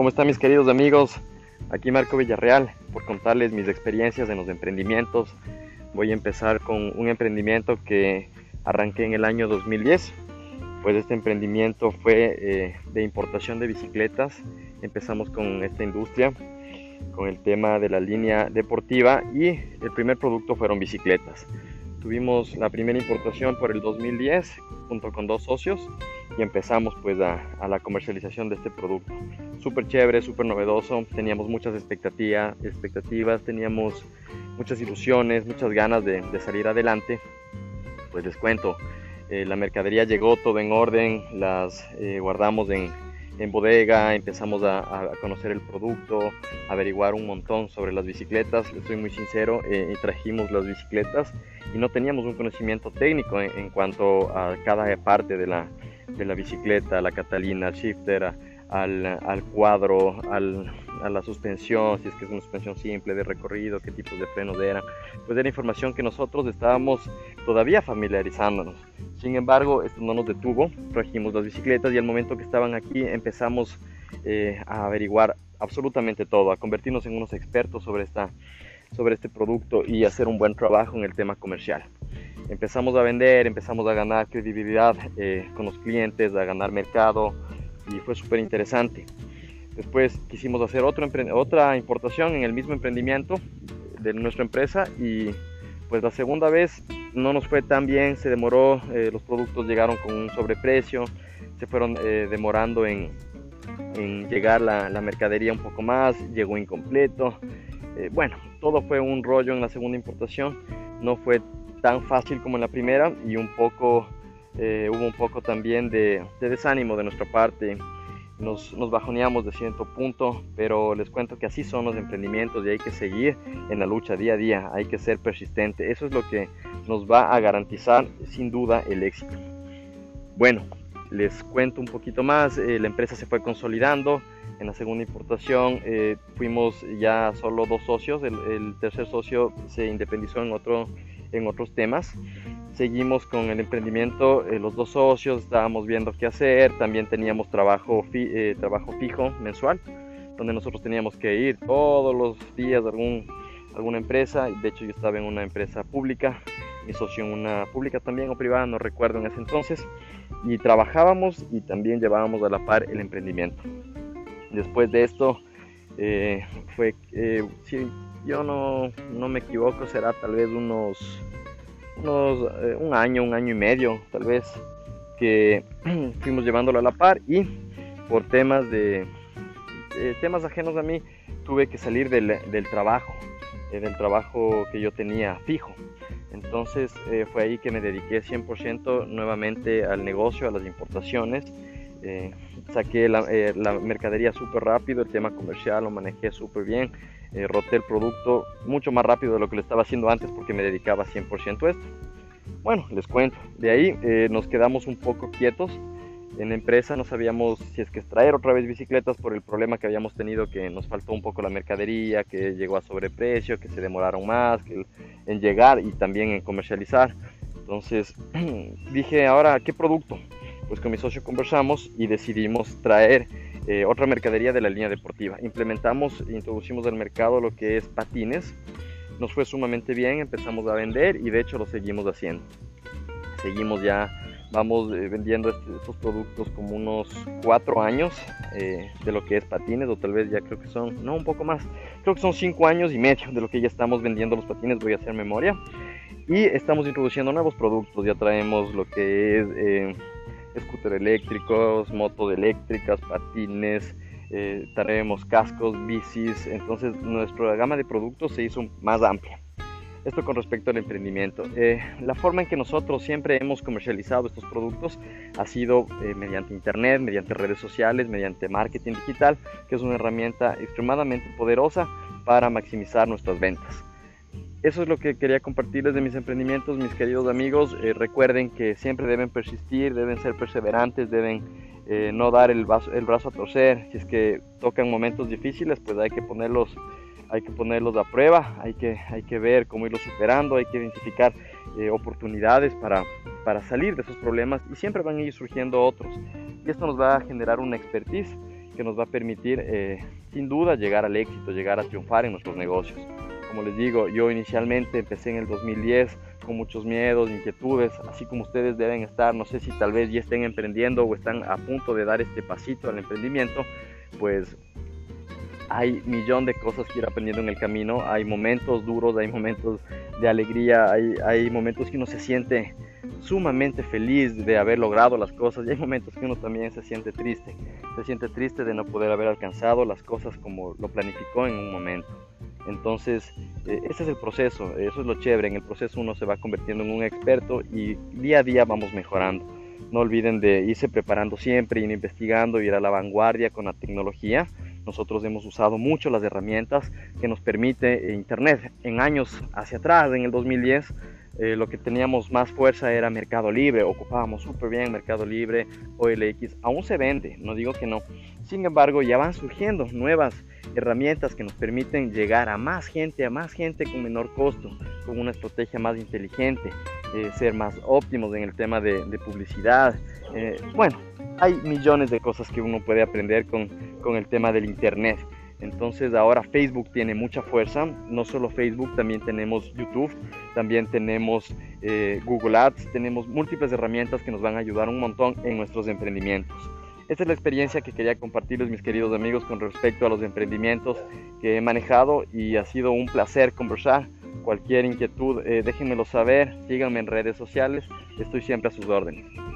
¿Cómo están mis queridos amigos? Aquí Marco Villarreal por contarles mis experiencias en los emprendimientos. Voy a empezar con un emprendimiento que arranqué en el año 2010. Pues este emprendimiento fue de importación de bicicletas. Empezamos con esta industria, con el tema de la línea deportiva, y el primer producto fueron bicicletas. Tuvimos la primera importación por el 2010 junto con 2 socios y empezamos pues a la comercialización de este producto. Súper chévere, súper novedoso, teníamos muchas expectativas, teníamos muchas ilusiones, muchas ganas de salir adelante. Pues les cuento, la mercadería llegó todo en orden, las guardamos en bodega, empezamos a conocer el producto, a averiguar un montón sobre las bicicletas. Les soy muy sincero, trajimos las bicicletas y no teníamos un conocimiento técnico en cuanto a cada parte de la bicicleta, la catalina, al shifter, al cuadro, a la suspensión, si es que es una suspensión simple, de recorrido, qué tipos de frenos eran. Pues era información que nosotros estábamos todavía familiarizándonos. Sin embargo, esto no nos detuvo, trajimos las bicicletas y al momento que estaban aquí empezamos a averiguar absolutamente todo, a convertirnos en unos expertos sobre este producto y hacer un buen trabajo en el tema comercial. Empezamos a vender, empezamos a ganar credibilidad con los clientes, a ganar mercado, y fue súper interesante. Después quisimos hacer otra importación en el mismo emprendimiento de nuestra empresa, y pues la segunda vez no nos fue tan bien, se demoró, los productos llegaron con un sobreprecio, se fueron demorando en llegar la mercadería un poco más, llegó incompleto. Bueno, todo fue un rollo en la segunda importación, no fue tan fácil como en la primera, y hubo un poco también de desánimo de nuestra parte. Nos bajoneamos de cierto punto, pero les cuento que así son los emprendimientos y hay que seguir en la lucha día a día, hay que ser persistente. Eso es lo que nos va a garantizar sin duda el éxito. Bueno, les cuento un poquito más. La empresa se fue consolidando. En la segunda importación fuimos ya solo 2 socios, el tercer socio se independizó en otros temas. Seguimos con el emprendimiento, los 2 socios estábamos viendo qué hacer, también teníamos trabajo fijo mensual, donde nosotros teníamos que ir todos los días a alguna empresa. De hecho yo estaba en una empresa pública, mi socio en una pública también o privada, no recuerdo en ese entonces, y trabajábamos y también llevábamos a la par el emprendimiento. Después de esto si yo no me equivoco, será tal vez un año y medio tal vez que fuimos llevándolo a la par, y por temas ajenos a mí tuve que salir del trabajo que yo tenía fijo. Entonces fue ahí que me dediqué 100% nuevamente al negocio, a las importaciones. Saqué la mercadería súper rápido, el tema comercial lo manejé súper bien, roté el producto mucho más rápido de lo que lo estaba haciendo antes porque me dedicaba 100% a esto. Bueno, les cuento, de ahí nos quedamos un poco quietos en la empresa, no sabíamos si es que traer otra vez bicicletas por el problema que habíamos tenido, que nos faltó un poco la mercadería, que llegó a sobreprecio, que se demoraron más en llegar y también en comercializar. Entonces dije, ahora, ¿qué producto? Pues con mi socio conversamos y decidimos traer otra mercadería de la línea deportiva. Introducimos al mercado lo que es patines. Nos fue sumamente bien, empezamos a vender y de hecho lo seguimos haciendo. Vamos vendiendo estos productos como unos 4 años de lo que es patines, o tal vez ya creo que son, no, un poco más, creo que son 5 años y medio de lo que ya estamos vendiendo los patines, voy a hacer memoria. Y estamos introduciendo nuevos productos, ya traemos lo que es scooter eléctricos, motos eléctricas, patines, traemos cascos, bicis. Entonces nuestra gama de productos se hizo más amplia. Esto con respecto al emprendimiento. La forma en que nosotros siempre hemos comercializado estos productos ha sido mediante internet, mediante redes sociales, mediante marketing digital, que es una herramienta extremadamente poderosa para maximizar nuestras ventas. Eso es lo que quería compartirles de mis emprendimientos, mis queridos amigos. Recuerden que siempre deben persistir, deben ser perseverantes, deben no dar el brazo a torcer. Si es que tocan momentos difíciles, pues hay que ponerlos a prueba, hay que ver cómo irlos superando, hay que identificar oportunidades para salir de esos problemas, y siempre van a ir surgiendo otros. Y esto nos va a generar una expertise que nos va a permitir sin duda llegar al éxito, llegar a triunfar en nuestros negocios. Como les digo, yo inicialmente empecé en el 2010 con muchos miedos, inquietudes, así como ustedes deben estar. No sé si tal vez ya estén emprendiendo o están a punto de dar este pasito al emprendimiento. Pues hay millón de cosas que ir aprendiendo en el camino. Hay momentos duros, hay momentos de alegría, hay momentos que uno se siente sumamente feliz de haber logrado las cosas, y hay momentos que uno también se siente triste de no poder haber alcanzado las cosas como lo planificó en un momento. Entonces, ese es el proceso, eso es lo chévere. En el proceso uno se va convirtiendo en un experto y día a día vamos mejorando. No olviden de irse preparando siempre, ir investigando, ir a la vanguardia con la tecnología. Nosotros hemos usado mucho las herramientas que nos permite Internet. En años hacia atrás, en el 2010, lo que teníamos más fuerza era Mercado Libre, ocupábamos súper bien Mercado Libre, OLX, aún se vende, no digo que no. Sin embargo, ya van surgiendo nuevas herramientas que nos permiten llegar a más gente con menor costo, con una estrategia más inteligente, ser más óptimos en el tema de publicidad. Bueno, hay millones de cosas que uno puede aprender con el tema del Internet. Entonces ahora Facebook tiene mucha fuerza, no solo Facebook, también tenemos YouTube, también tenemos Google Ads, tenemos múltiples herramientas que nos van a ayudar un montón en nuestros emprendimientos. Esta es la experiencia que quería compartirles, mis queridos amigos, con respecto a los emprendimientos que he manejado, y ha sido un placer conversar. Cualquier inquietud, déjenmelo saber, síganme en redes sociales, estoy siempre a sus órdenes.